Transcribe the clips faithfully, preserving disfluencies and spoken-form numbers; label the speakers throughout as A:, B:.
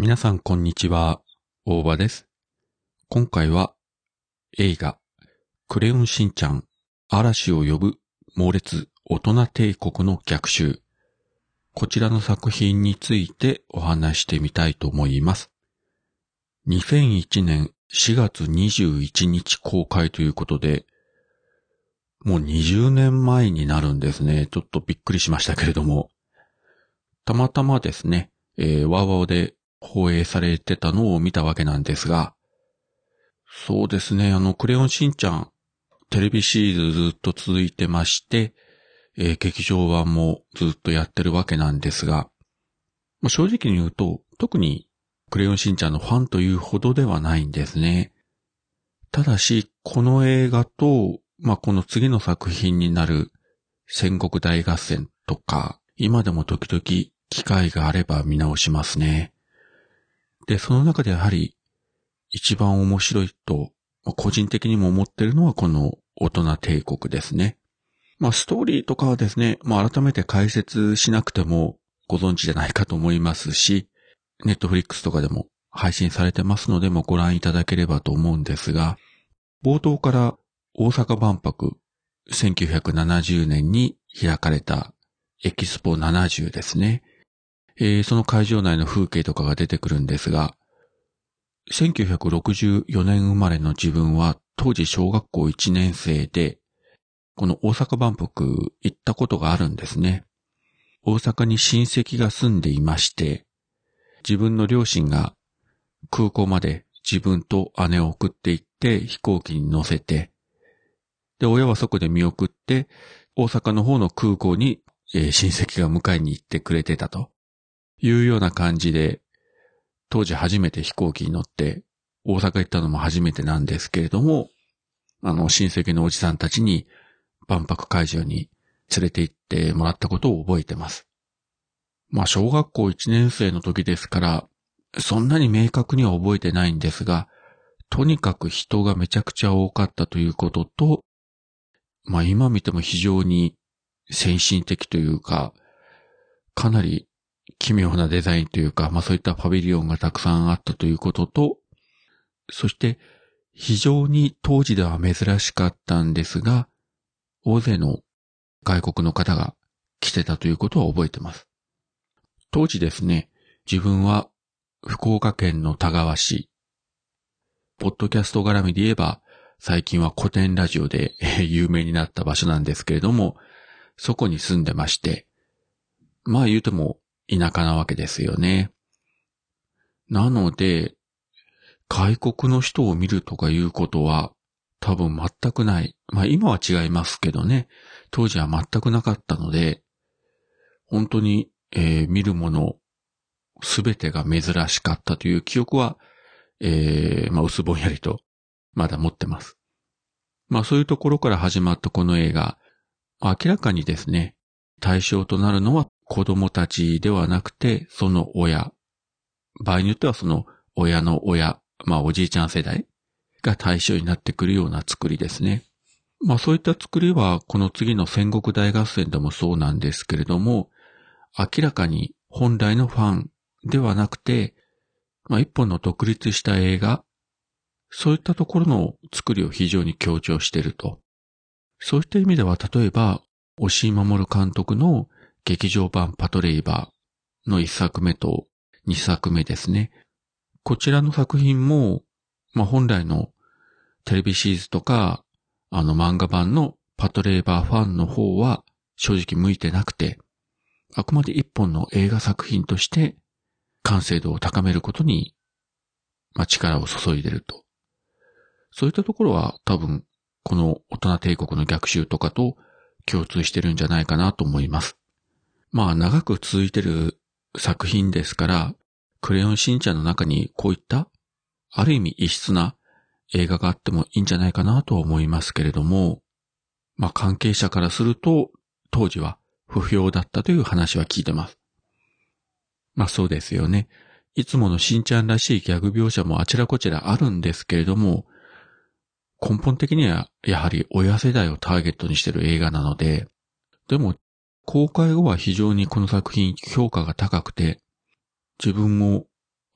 A: 皆さんこんにちは、大場です。今回は映画クレヨンしんちゃん嵐を呼ぶ猛烈大人帝国の逆襲、こちらの作品についてお話してみたいと思います。にせんいちねんしがつにじゅういちにち公開ということで、もうにじゅうねんまえになるんですね。ちょっとびっくりしましたけれども、たまたまですね、えー、ワウワウで放映されてたのを見たわけなんですが、そうですね、あの、クレヨンしんちゃん、テレビシリーズずっと続いてまして、えー、劇場版もずっとやってるわけなんですが、まあ、正直に言うと、特にクレヨンしんちゃんのファンというほどではないんですね。ただし、この映画と、まあ、この次の作品になる戦国大合戦とか、今でも時々機会があれば見直しますね。で、その中でやはり一番面白いと、個人的にも思っているのはこの大人帝国ですね。まあストーリーとかはですね、まあ改めて解説しなくてもご存知じゃないかと思いますし、ネットフリックスとかでも配信されてますのでもご覧いただければと思うんですが、冒頭から大阪万博せんきゅうひゃくななじゅうねんに開かれたエキスポななじゅうですね。えー、その会場内の風景とかが出てくるんですが、せんきゅうひゃくろくじゅうよねん生まれの自分は当時小学校いちねん生で、この大阪万博行ったことがあるんですね。大阪に親戚が住んでいまして、自分の両親が空港まで自分と姉を送って行って飛行機に乗せて、で、親はそこで見送って、大阪の方の空港に、えー、親戚が迎えに行ってくれてたというような感じで、当時初めて飛行機に乗って大阪行ったのも初めてなんですけれども、あの親戚のおじさんたちに万博会場に連れて行ってもらったことを覚えてます。まあ小学校いちねん生の時ですから、そんなに明確には覚えてないんですが、とにかく人がめちゃくちゃ多かったということと、まあ今見ても非常に先進的というか、かなり奇妙なデザインというか、まあそういったパビリオンがたくさんあったということと、そして非常に当時では珍しかったんですが、大勢の外国の方が来てたということは覚えてます。当時ですね、自分は福岡県の田川市、ポッドキャスト絡みで言えば、最近は古典ラジオで有名になった場所なんですけれども、そこに住んでまして、まあ言うても田舎なわけですよね。なので、外国の人を見るとかいうことは多分全くない。まあ今は違いますけどね。当時は全くなかったので、本当に、えー、見るものすべてが珍しかったという記憶は、えー、まあ薄ぼんやりとまだ持ってます。まあそういうところから始まったこの映画、明らかにですね、対象となるのは子供たちではなくてその親。場合によってはその親の親。まあおじいちゃん世代が対象になってくるような作りですね。まあそういった作りはこの次の戦国大合戦でもそうなんですけれども、明らかに本来のファンではなくて、まあ一本の独立した映画、そういったところの作りを非常に強調していると。そういった意味では例えば、押井守監督の劇場版パトレイバーのいっさくめとにさくめですね。こちらの作品も、まあ、本来のテレビシリーズとか、あの漫画版のパトレーバーファンの方は正直向いてなくて、あくまで一本の映画作品として完成度を高めることに、まあ、力を注いでると。そういったところは多分、この大人帝国の逆襲とかと共通してるんじゃないかなと思います。まあ、長く続いてる作品ですから、クレヨンしんちゃんの中にこういったある意味異質な映画があってもいいんじゃないかなとは思いますけれども、まあ関係者からすると当時は不評だったという話は聞いてます。まあそうですよね。いつものしんちゃんらしいギャグ描写もあちらこちらあるんですけれども、根本的にはやはり親世代をターゲットにしている映画なので、でも公開後は非常にこの作品評価が高くて、自分も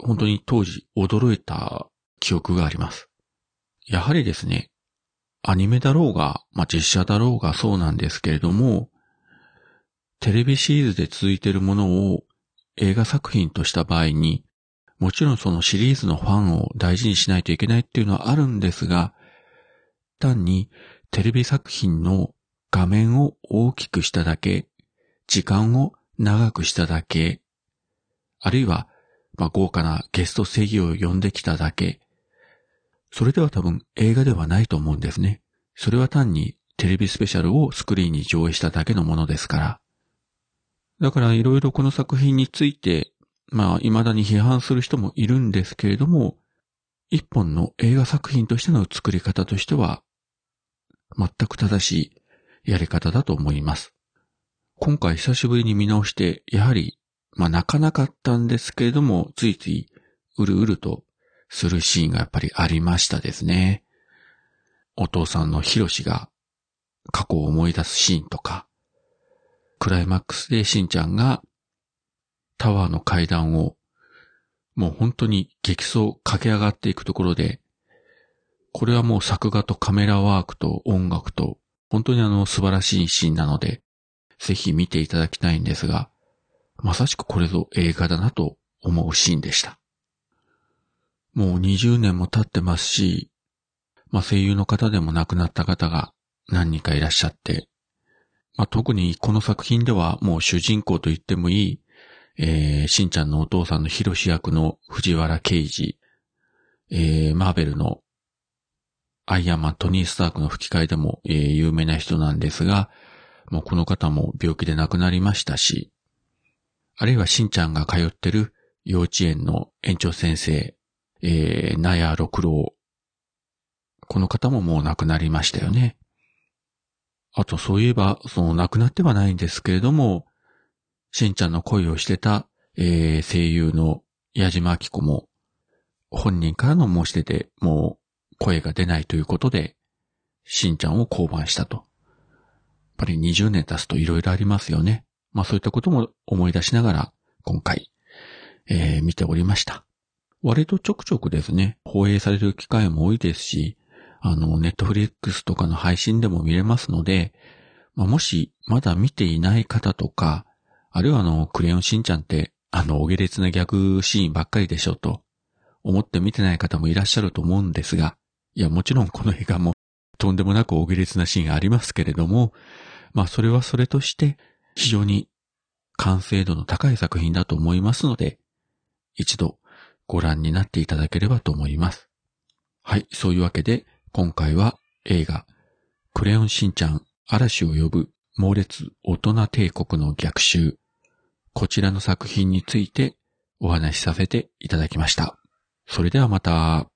A: 本当に当時驚いた記憶があります。やはりですね、アニメだろうが、まあ、実写だろうがそうなんですけれども、テレビシリーズで続いているものを映画作品とした場合に、もちろんそのシリーズのファンを大事にしないといけないっていうのはあるんですが、単にテレビ作品の画面を大きくしただけ、時間を長くしただけ、あるいは、まあ、豪華なゲスト声優を呼んできただけ、それでは多分映画ではないと思うんですね。それは単にテレビスペシャルをスクリーンに上映しただけのものですから。だからいろいろこの作品について、まあ未だに批判する人もいるんですけれども、一本の映画作品としての作り方としては、全く正しいやり方だと思います。今回久しぶりに見直して、やはり、まあ泣かなかったんですけれども、ついついうるうるとするシーンがやっぱりありましたですね。お父さんのヒロシが過去を思い出すシーンとか、クライマックスでしんちゃんがタワーの階段をもう本当に激走駆け上がっていくところで、これはもう作画とカメラワークと音楽と本当にあの素晴らしいシーンなので、ぜひ見ていただきたいんですが、まさしくこれぞ映画だなと思うシーンでした。もうにじゅうねんも経ってますし、まあ声優の方でも亡くなった方が何人かいらっしゃって、まあ、特にこの作品ではもう主人公と言ってもいい、えー、しんちゃんのお父さんのヒロシ役の藤原啓治、えー、マーベルのアイアンマントニー・スタークの吹き替えでも、えー、有名な人なんですが、もうこの方も病気で亡くなりましたし、あるいはしんちゃんが通ってる幼稚園の園長先生、えー、納屋六郎、この方ももう亡くなりましたよね。あとそういえば、その亡くなってはないんですけれども、しんちゃんの声をしてた、えー、声優の矢島明子も、本人からの申し出でもう声が出ないということで、しんちゃんを降板したと。やっぱりにじゅうねん経つと色々ありますよね。まあそういったことも思い出しながら、今回、えー、見ておりました。割とちょくちょくですね、放映される機会も多いですし、あの、ネットフリックスとかの配信でも見れますので、まあ、もしまだ見ていない方とか、あるいはあの、クレヨンしんちゃんって、あの、お下劣なギャグシーンばっかりでしょと、思って見てない方もいらっしゃると思うんですが、いや、もちろんこの映画も、とんでもなくお下劣なシーンがありますけれども、まあ、それはそれとして、非常に完成度の高い作品だと思いますので、一度ご覧になっていただければと思います。はい、そういうわけで、今回は映画、クレヨンしんちゃん嵐を呼ぶ猛烈大人帝国の逆襲、こちらの作品についてお話しさせていただきました。それではまた。